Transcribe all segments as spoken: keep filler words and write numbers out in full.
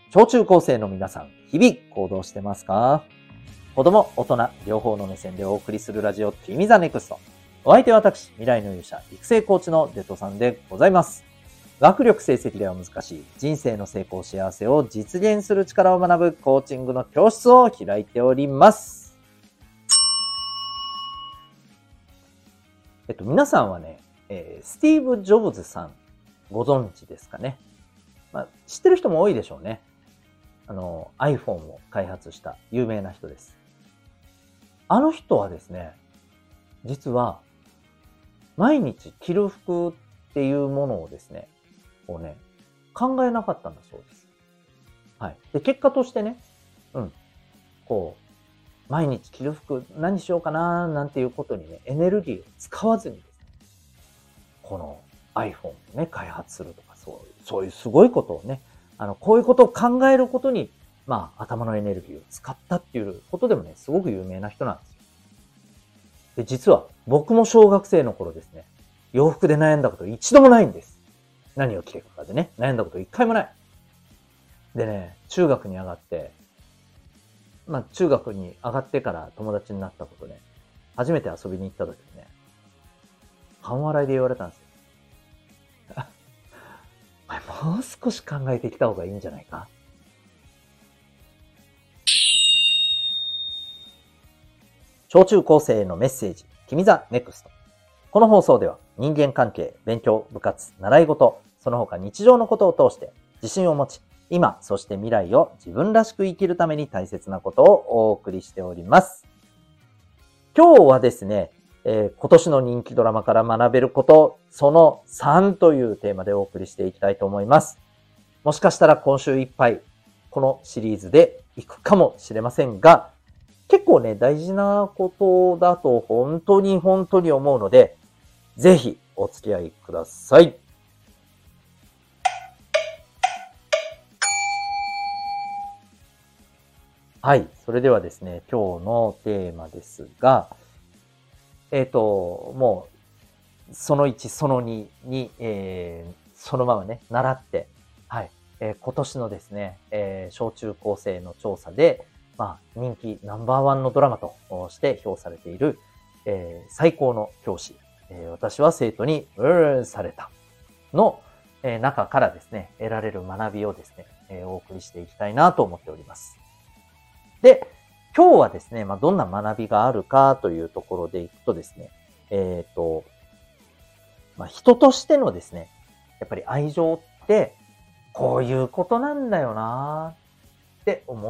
小中高生の皆さん、日々行動してますか？子供、大人、両方の目線でお送りするラジオ、ティミザネクスト。お相手は私、未来の勇者、育成コーチのデトさんでございます。学力成績では難しい人生の成功幸せを実現する力を学ぶコーチングの教室を開いております。えっと、皆さんはね、えー、スティーブ・ジョブズさん、ご存知ですかね。まあ、知ってる人も多いでしょうね。あの、iPhone を開発した有名な人です。あの人はですね、実は、毎日着る服っていうものをですね、をね、考えなかったんだそうです。はい。で、結果としてね、うん、こう、毎日着る服何しようかななんていうことにね、エネルギーを使わずにですね、この iPhone をね、開発するとか、そういう、そういうすごいことをね、あの、こういうことを考えることに、まあ、頭のエネルギーを使ったっていうことでもね、すごく有名な人なんですよ。で、実は、僕も小学生の頃ですね、洋服で悩んだこと一度もないんです。何を着ていくかでね、悩んだこと一回もない。でね、中学に上がって、まあ、中学に上がってから友達になったことね、初めて遊びに行った時にね、半笑いで言われたんですよ。お前もう少し考えてきた方がいいんじゃないか。小中高生へのメッセージ、君ザネクスト。この放送では人間関係、勉強、部活、習い事、その他日常のことを通して自信を持ち、今、そして未来を自分らしく生きるために大切なことをお送りしております。今日はですね、えー、今年の人気ドラマから学べること、そのさんというテーマでお送りしていきたいと思います。もしかしたら今週いっぱい、このシリーズでいくかもしれませんが、結構ね、大事なことだと本当に本当に思うので、ぜひお付き合いください。はい。それではですね、今日のテーマですが、えっと、もう、そのいち、そのにに、えー、そのままね、習って、はい。えー、今年のですね、えー、小中高生の調査で、まあ、人気ナンバーワンのドラマとして評されている、えー、最高の教師、えー、私は生徒にうーんされたの、えー、中からですね、得られる学びをですね、えー、お送りしていきたいなと思っております。で、今日はですね、まあ、どんな学びがあるかというところでいくとですね、えっと、まあ、人としてのですね、やっぱり愛情って、こういうことなんだよなって思った、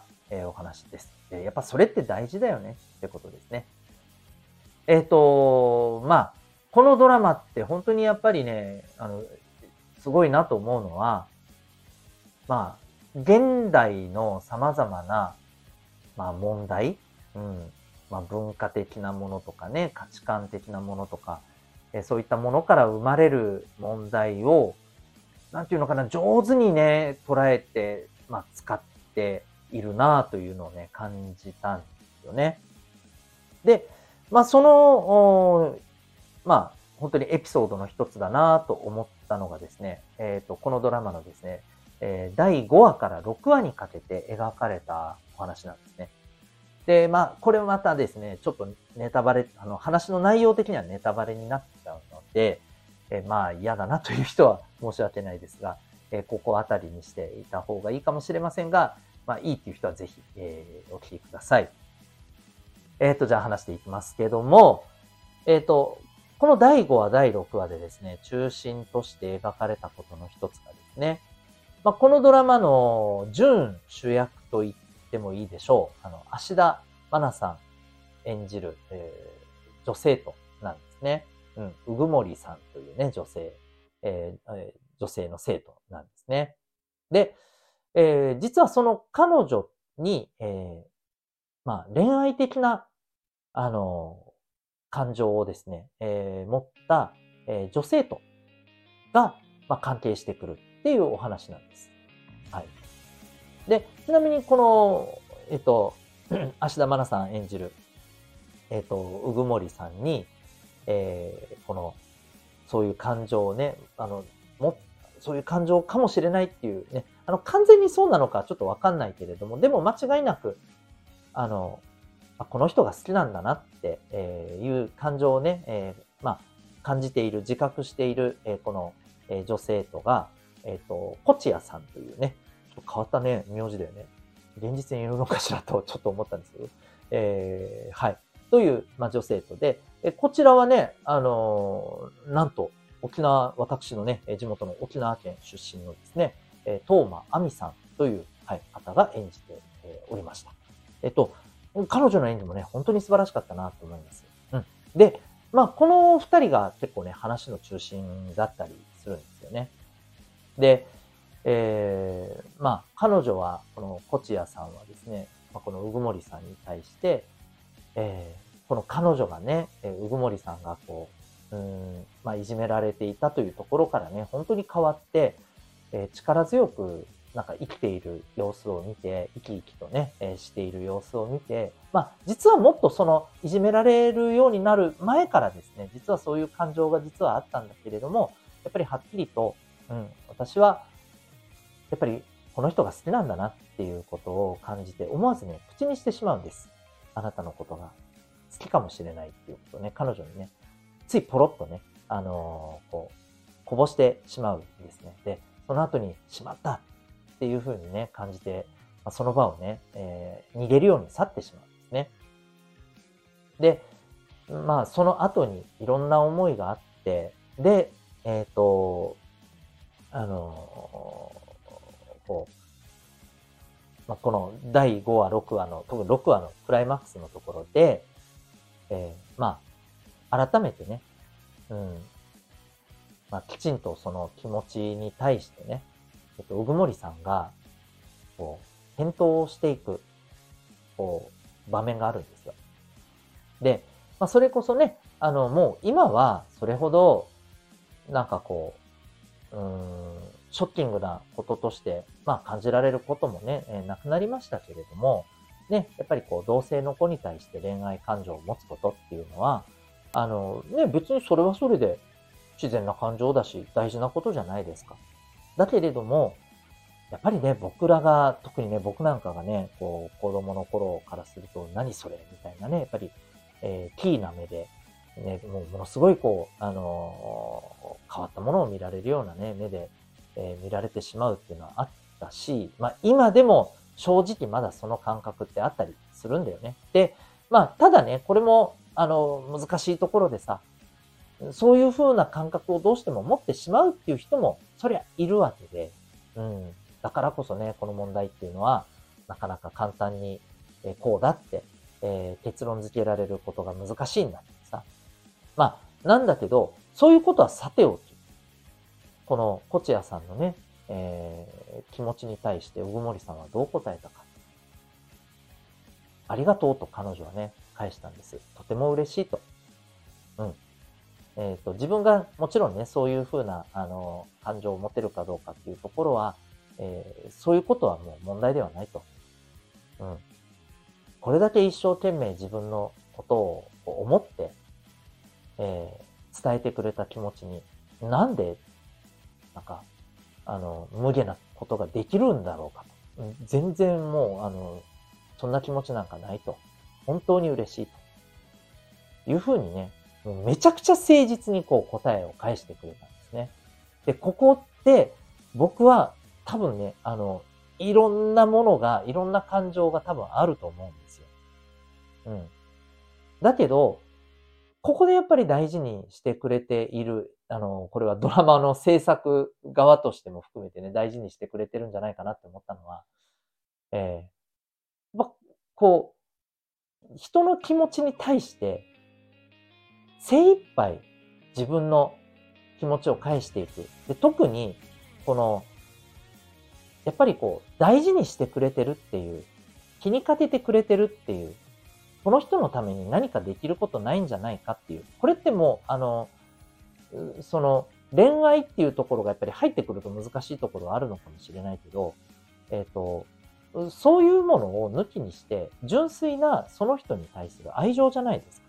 えー、お話です。で、やっぱそれって大事だよねってことですね。えっと、まあ、このドラマって本当にやっぱりね、あの、すごいなと思うのは、まあ、現代の様々な、まあ問題、うん、まあ文化的なものとかね、価値観的なものとか、えそういったものから生まれる問題を、なんていうのかな、上手にね、捉えて、まあ使っているなというのをね、感じたんですよね。で、まあその、まあ本当にエピソードの一つだなと思ったのがですね、えっと、このドラマのですね、えー、だいごわからろくわにかけて描かれたお話なんですね。で、まあ、これまたですね、ちょっとネタバレ、あの、話の内容的にはネタバレになっちゃうので、えまあ、嫌だなという人は申し訳ないですが、えここあたりにしていた方がいいかもしれませんが、まあ、いいっていう人はぜひ、えー、お聞きください。えっ、ー、と、じゃあ話していきますけども、えっ、ー、と、このだいごわ、だいろくわでですね、中心として描かれたことの一つがですね、まあ、このドラマの準主役と言ってもいいでしょう。あの、芦田愛菜さん演じる、えー、女性となんですね。うん、うぐもりさんというね、女性、えーえー、女性の生徒なんですね。で、えー、実はその彼女に、えー、まあ、恋愛的な、あの、感情をですね、えー、持った、えー、女性とが、まあ、関係してくるっていうお話なんです。はい。で、ちなみにこの、えっと、芦田愛菜さん演じる、えっと、うぐもりさんに、えー、この、そういう感情をね、あの、も、そういう感情かもしれないっていうね、 あの、完全にそうなのかちょっとわかんないけれども、でも間違いなく、あの、あこの人が好きなんだなって、えーいう感情をね、えーまあ、感じている、自覚している、えーこの、えー女性とが、えっ、と、コチヤさんというね、ちょっと変わったね、名字だよね。現実にいるのかしらとちょっと思ったんですけど、えーはい。という、まあ、女性とで、えこちらはね、あのーなんと、沖縄、私のね、地元の沖縄県出身のですね、えー、東間亜美さんという、はい、方が演じて、えーおりました。えっと、彼女の演技もね、本当に素晴らしかったなと思います。うん。で、まあ、この二人が結構ね、話の中心だったりするんですよね。で、えー、まあ、彼女は、このコチヤさんはですね、まあ、このうぐもりさんに対して、えー、この彼女がね、えーうぐもりさんがこう、うーん、まあ、いじめられていたというところからね、本当に変わって、えー力強く、なんか生きている様子を見て、生き生きとね、えーしている様子を見て、まあ、実はもっとその、いじめられるようになる前からですね、実はそういう感情が実はあったんだけれども、やっぱりはっきりと、うん、私は、やっぱりこの人が好きなんだなっていうことを感じて、思わずね、口にしてしまうんです。あなたのことが好きかもしれないっていうことをね、彼女にね、ついポロッとね、あのーこう、こぼしてしまうんですね。で、その後にしまったっていう風にね、感じて、まあ、その場をね、えー逃げるように去ってしまうんですね。で、まあ、その後にいろんな思いがあって、で、えっ、と、あのーこう、まあ、このだいごわ、ろくわの、特にろくわのクライマックスのところで、えーまあ、改めてね、うん、まあ、きちんとその気持ちに対してね、えっと、うぐもりさんが、こう、返答をしていく、こう、場面があるんですよ。で、まあ、それこそね、あの、もう今はそれほど、なんかこう、うーん、ショッキングなこととして、まあ感じられることもね、えーなくなりましたけれども、ね、やっぱりこう同性の子に対して恋愛感情を持つことっていうのは、あの、ね、別にそれはそれで自然な感情だし、大事なことじゃないですか。だけれども、やっぱりね、僕らが、特にね、僕なんかがね、こう、子供の頃からすると、何それみたいなね、やっぱり、えー、キーな目で、ね、もう、ものすごいこう、あのー変わったものを見られるようなね、目で、えー見られてしまうっていうのはあったし、まあ、今でも、正直まだその感覚ってあったりするんだよね。で、まあ、ただね、これも、あの、難しいところでさ、そういう風な感覚をどうしても持ってしまうっていう人も、そりゃいるわけで、うん。だからこそね、この問題っていうのは、なかなか簡単に、えーこうだって、えー結論付けられることが難しいんだってさ。まあ、なんだけど、そういうことはさておき、このコチヤさんのね、えー気持ちに対して、小栗さんはどう答えたか。ありがとうと彼女はね、返したんです。とても嬉しいと。うん。えっと、自分がもちろんね、そういうふうな、あの、感情を持てるかどうかっていうところは、えーそういうことはもう問題ではないと。うん。これだけ一生懸命自分のことを思って、えー伝えてくれた気持ちに、なんで、なんか、あの、無下なことができるんだろうかと。うん、全然もう、あの、そんな気持ちなんかないと。本当に嬉しいというふうにね、もうめちゃくちゃ誠実にこう答えを返してくれたんですね。で、ここって僕は多分ね、あの、いろんなものが、いろんな感情が多分あると思うんですよ。うん。だけど、ここでやっぱり大事にしてくれている、あの、これはドラマの制作側としても含めてね、大事にしてくれてるんじゃないかなって思ったのは、ええま、こう、人の気持ちに対して精一杯自分の気持ちを返していく。で、特に、この、やっぱりこう、大事にしてくれてるっていう、気にかけてくれてるっていう、この人のために何かできることないんじゃないかっていう。これってもう、あの、うその、恋愛っていうところがやっぱり入ってくると難しいところはあるのかもしれないけど、えっと、うそういうものを抜きにして、純粋なその人に対する愛情じゃないですか。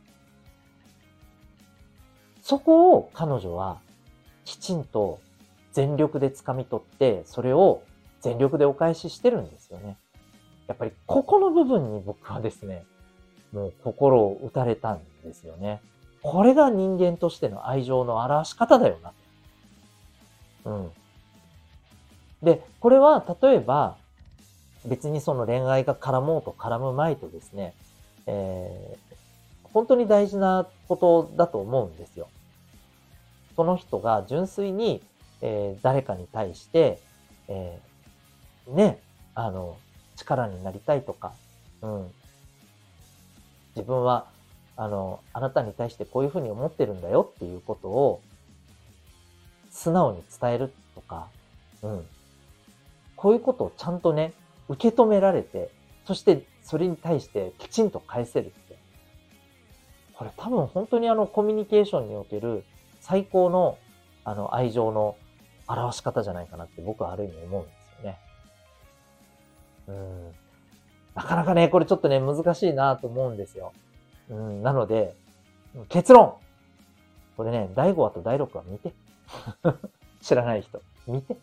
そこを彼女はきちんと全力で掴み取って、それを全力でお返ししてるんですよね。やっぱりここの部分に僕はですね、もう心を打たれたんですよね。これが人間としての愛情の表し方だよな。うん。で、これは例えば、別にその恋愛が絡もうと絡むまいとですね、えー、本当に大事なことだと思うんですよ。その人が純粋に、えー、誰かに対して、えー、ね、あの、力になりたいとか、うん、自分は、あの、あなたに対してこういうふうに思ってるんだよっていうことを、素直に伝えるとか、うん、こういうことをちゃんとね、受け止められて、そしてそれに対してきちんと返せるって。これ多分本当にあのコミュニケーションにおける最高のあの愛情の表し方じゃないかなって僕はある意味思うんですよね。うん。なかなかね、これちょっとね、難しいなと思うんですよ。うん。なので、結論これね、だいごわとだいろくわ見て。知らない人。見て。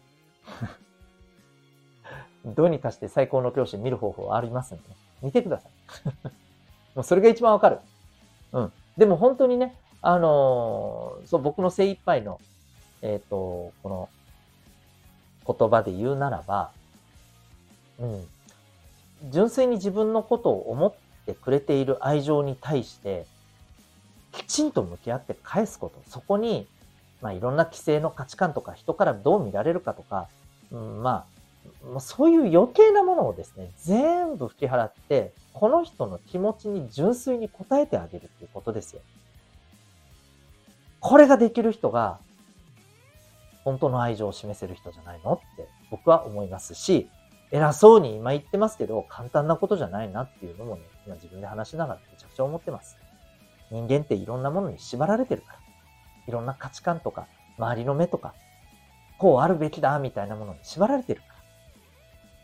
どうにかして最高の教師見る方法はありますんで、ね、見てください。もうそれが一番わかる。うん。でも本当にね、あのー、そう、僕の精一杯の、えっと、この言葉で言うならば、うん。純粋に自分のことを思ってくれている愛情に対して、きちんと向き合って返すこと。そこに、まあいろんな規制の価値観とか人からどう見られるかとか、うん、まあ、そういう余計なものをですね、全部吹き払って、この人の気持ちに純粋に応えてあげるっていうことですよ。これができる人が、本当の愛情を示せる人じゃないのって僕は思いますし、偉そうに今言ってますけど、簡単なことじゃないなっていうのもね、今自分で話しながらめちゃくちゃ思ってます。人間っていろんなものに縛られてるから。いろんな価値観とか、周りの目とか、こうあるべきだみたいなものに縛られてるから。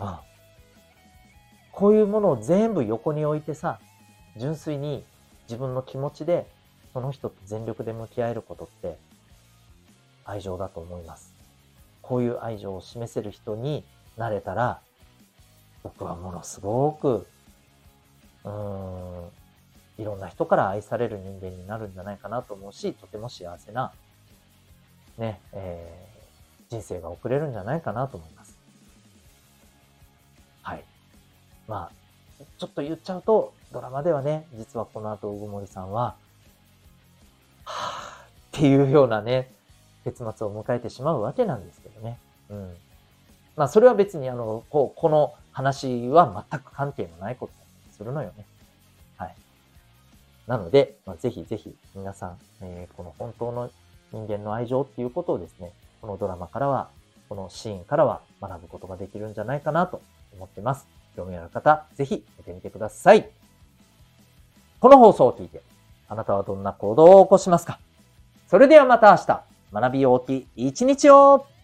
ああ、こういうものを全部横に置いてさ、純粋に自分の気持ちでその人と全力で向き合えることって愛情だと思います。こういう愛情を示せる人になれたら、僕はものすごく、うーん、いろんな人から愛される人間になるんじゃないかなと思うし、とても幸せな、ね、えー、人生が送れるんじゃないかなと思います。はい。まあ、ちょっと言っちゃうと、ドラマではね、実はこの後、うぐもりさんは、はぁっていうようなね、結末を迎えてしまうわけなんですけどね。うん。まあ、それは別にあの、こう、この話は全く関係のないことだったりするのよね。はい。なので、まあ、ぜひぜひ皆さん、えー、この本当の人間の愛情っていうことをですね、このドラマからは、このシーンからは学ぶことができるんじゃないかなと思っています。興味ある方、ぜひ見てみてください。この放送を聞いて、あなたはどんな行動を起こしますか？それではまた明日、学び大きい一日を